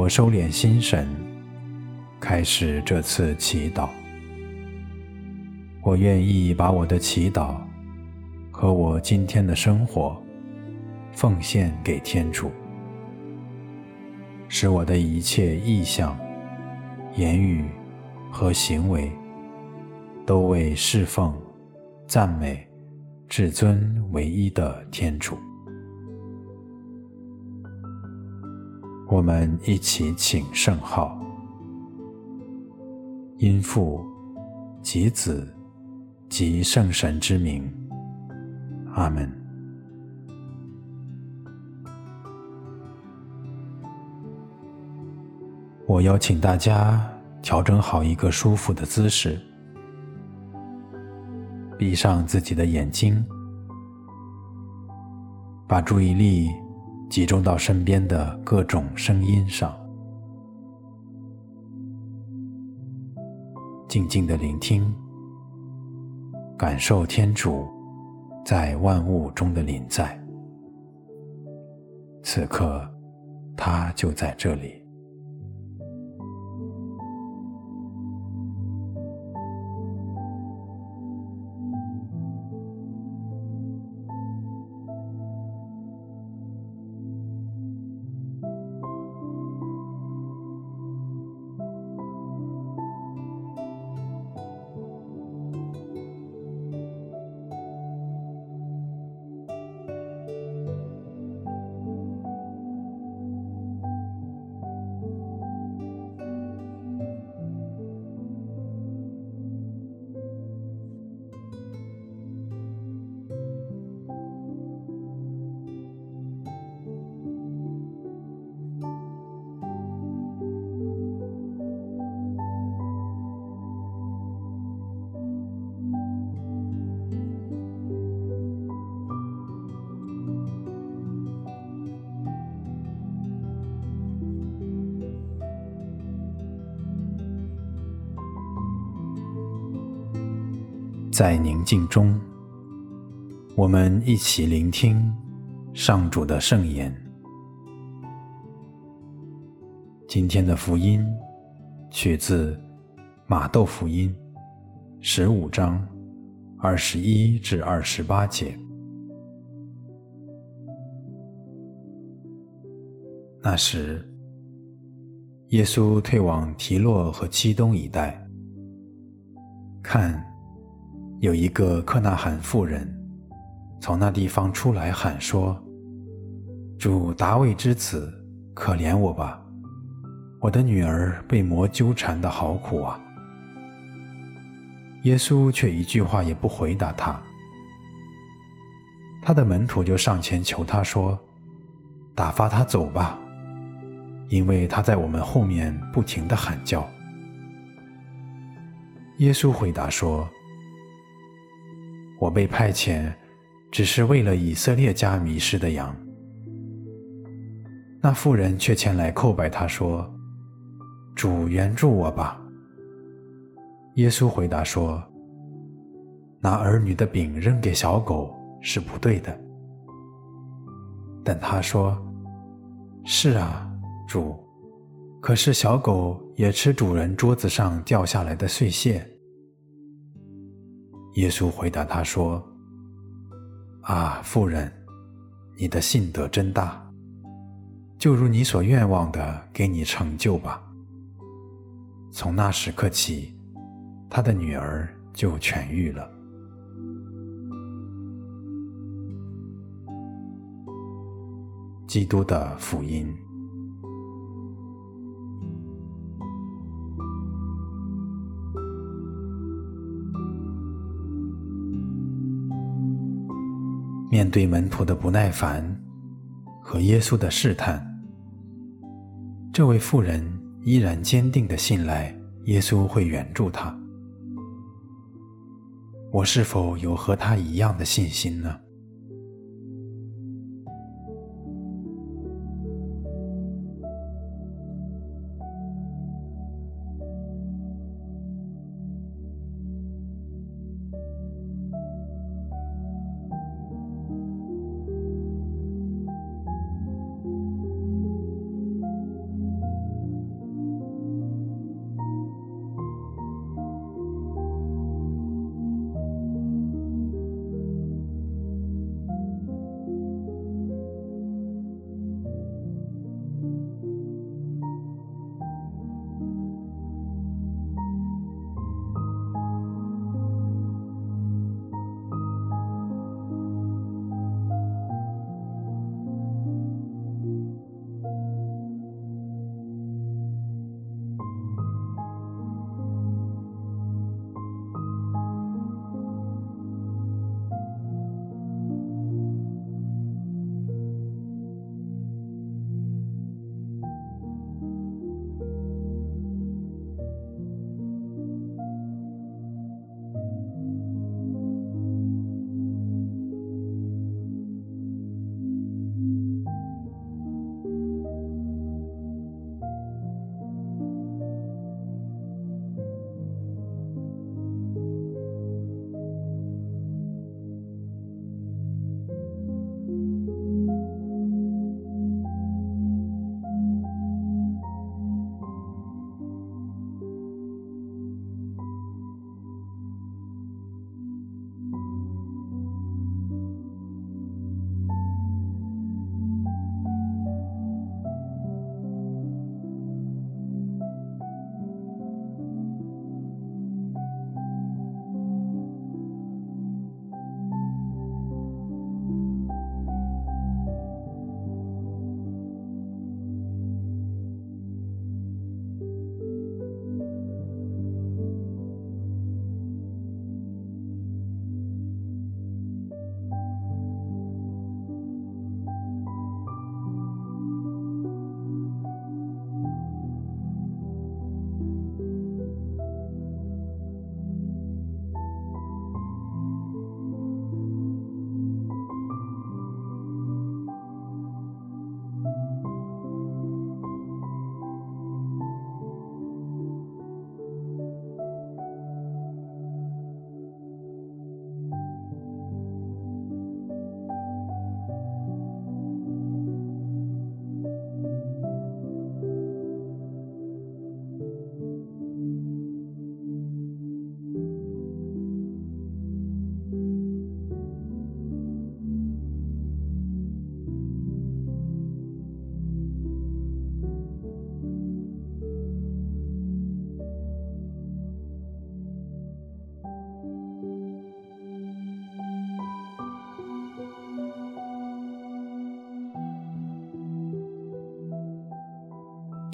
我收敛心神，开始这次祈祷。我愿意把我的祈祷和我今天的生活奉献给天主，使我的一切意向、言语和行为都为侍奉、赞美至尊唯一的天主。我们一起请圣号，因父及子及圣神之名，阿们。我邀请大家调整好一个舒服的姿势，闭上自己的眼睛，把注意力集中到身边的各种声音上，静静地聆听，感受天主在万物中的临在。此刻，他就在这里。在宁静中，我们一起聆听上主的圣言。今天的福音取自马窦福音15章21至28节。那时，耶稣退往提洛和基东一带，看，有一个克纳罕妇人从那地方出来喊说：“主达味之子，可怜我吧，我的女儿被魔纠缠得好苦啊。”耶稣却一句话也不回答他。他的门徒就上前求他说：“打发他走吧，因为他在我们后面不停地喊叫。”耶稣回答说：“我被派遣，只是为了以色列家迷失的羊。”那妇人却前来叩拜他说：“主援助我吧。”耶稣回答说：“拿儿女的饼扔给小狗是不对的。”但他说：“是啊，主，可是小狗也吃主人桌子上掉下来的碎屑。”耶稣回答他说：“啊，妇人，你的信德真大，就如你所愿望的，给你成就吧。”从那时刻起，他的女儿就痊愈了。基督的福音。面对门徒的不耐烦和耶稣的试探，这位妇人依然坚定地信赖耶稣会援助他。我是否有和他一样的信心呢？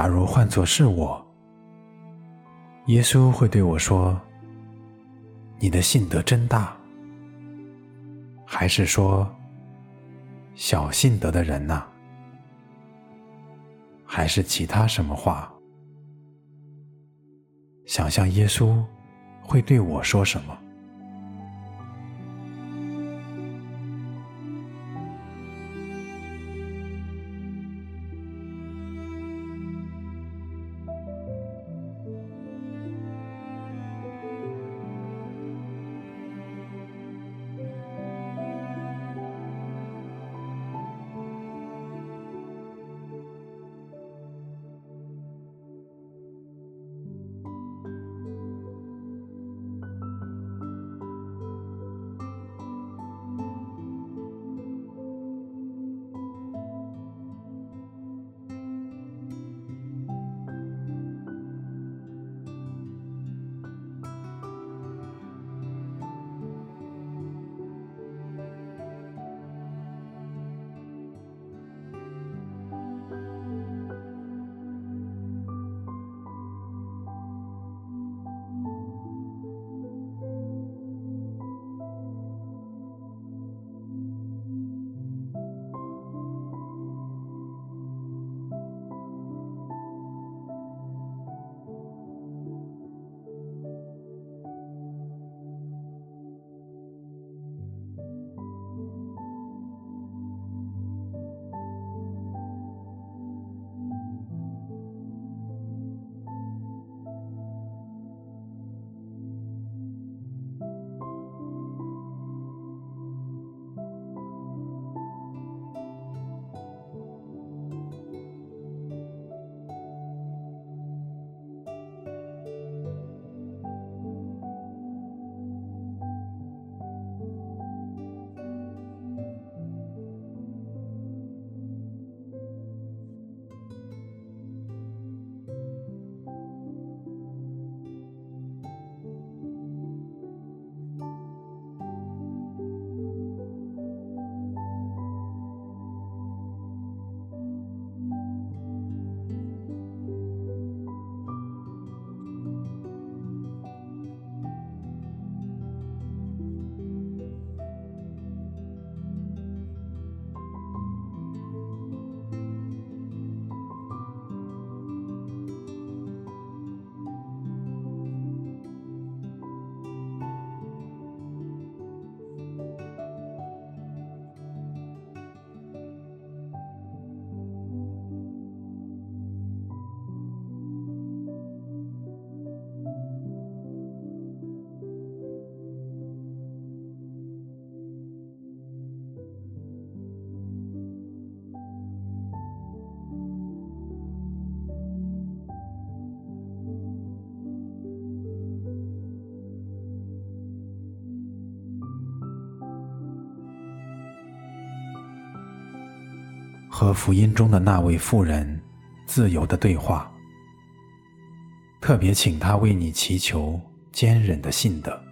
假如换作是我，耶稣会对我说：你的信德真大，还是说小信德的人呐，还是其他什么话？想象耶稣会对我说什么？和福音中的那位妇人自由的对话，特别请他为你祈求坚忍的信德。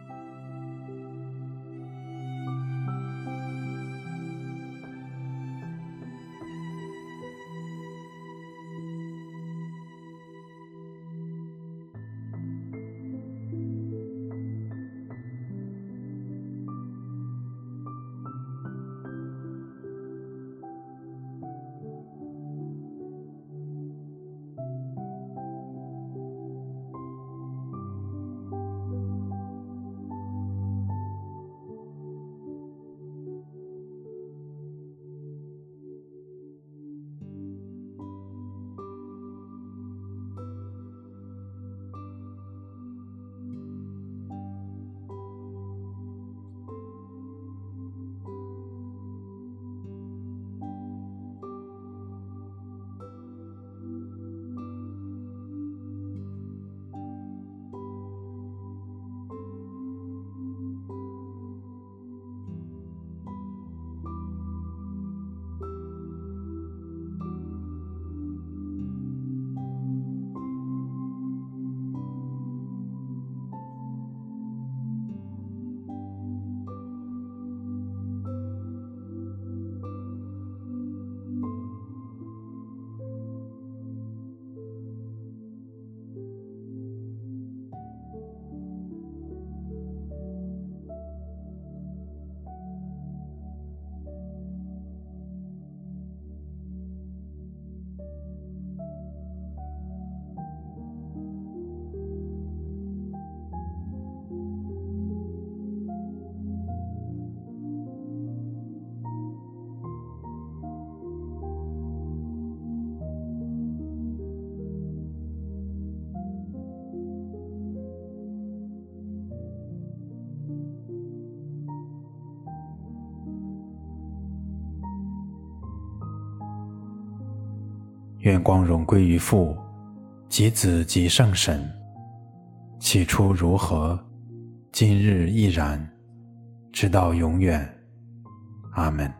愿光荣归于父，及子，及圣神，起初如何，今日亦然，直到永远。阿们。